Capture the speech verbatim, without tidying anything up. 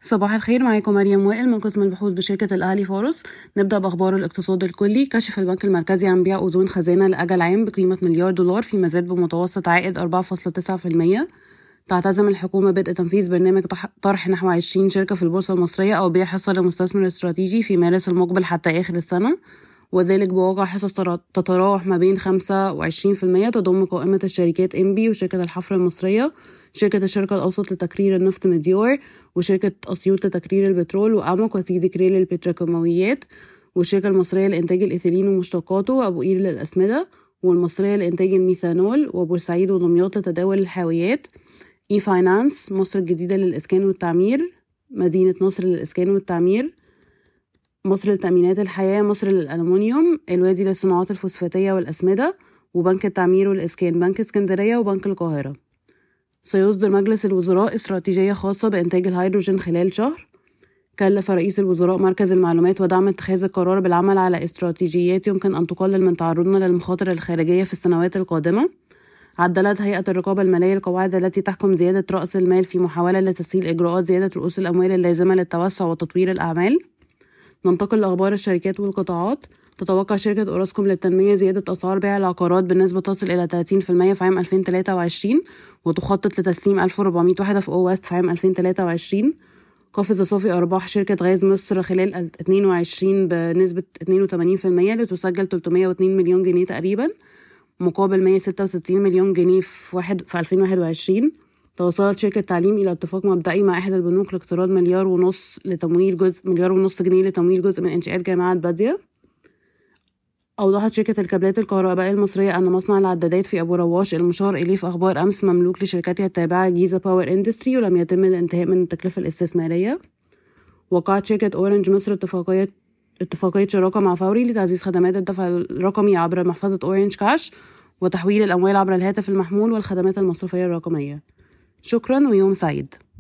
صباح الخير، معاكم مريم وائل من قسم البحوث بشركة الأهلي فارس. نبدأ بأخبار الاقتصاد الكلي. كشف البنك المركزي عن بيع أذون خزانة لأجل عام بقيمة مليار دولار فيما زاد بمتوسط عائد أربعة فاصلة تسعة بالمية. تعتزم الحكومة بدء تنفيذ برنامج طرح نحو عشرين شركة في البورصة المصرية أو بيع حصة لمستثمر استراتيجي في مارس المقبل حتى آخر السنة، وذلك بواقع حصص تتراوح ما بين خمسة وعشرين بالمية تضم قائمة الشركات إنبي وشركة الحفر المصرية، شركة الشرق الأوسط لتكرير النفط مديور، وشركة أسيوط لتكرير البترول وأمك وسيدي كرير للبتروكيماويات، والشركة المصرية لإنتاج الإيثيلين ومشتقاته وأبو قير للأسمدة، والمصرية لإنتاج الميثانول، وبورسعيد ودمياط لتداول الحاويات، إي فاينانس مصر الجديدة للإسكان والتعمير، مدينة نصر للإسكان والتعمير، مصر للتأمينات الحياة، مصر للألمنيوم، الوادي للصناعات الفوسفاتية والأسمدة، وبنك التعمير والإسكان بنك اسكندرية وبنك القاهرة. سيصدر مجلس الوزراء استراتيجية خاصة بإنتاج الهيدروجين خلال شهر. كلف رئيس الوزراء مركز المعلومات ودعم اتخاذ القرار بالعمل على استراتيجيات يمكن أن تقلل من تعرضنا للمخاطر الخارجية في السنوات القادمة. عدلت هيئة الرقابة المالية القواعد التي تحكم زيادة رأس المال في محاولة لتسهيل إجراءات زيادة رؤوس الأموال اللازمة للتوسع وتطوير الأعمال. ننتقل لأخبار الشركات والقطاعات. تتوقع شركة أوراسكوم للتنمية زيادة أسعار بيع العقارات بالنسبة تصل إلى ثلاثين بالمية في عام ألفين وثلاثة وعشرين، وتخطط لتسليم ألف وأربعمية وحدة في أو ويست في عام ألفين وثلاثة وعشرين. قفز صافي أرباح شركة غاز مصر خلال اثنين وعشرين بنسبة اثنين وثمانين بالمية لتسجل ثلاثمية واثنين مليون جنيه تقريبا، مقابل مية وستة وستين مليون جنيه في, واحد في ألفين وواحد وعشرين. توصلت شركة تعليم إلى اتفاق مبدئي مع إحدى البنوك لاقتراض مليار ونص لتمويل جزء مليار ونص جنيه لتمويل جزء من إنشاءات جامعة بادية. أوضحت شركة الكابلات الكهربائية المصرية أن مصنع العدادات في أبو رواش المشار إليه في أخبار أمس مملوك لشركتها التابعة جيزة باور إندستري ولم يتم الانتهاء من التكلفة الاستثمارية. وقعت شركة أورنج مصر اتفاقية اتفاقية شراكة مع فوري لتعزيز خدمات الدفع الرقمي عبر محفظة أورنج كاش وتحويل الأموال عبر الهاتف المحمول والخدمات المصرفية الرقمية. شكرا ويوم سعيد.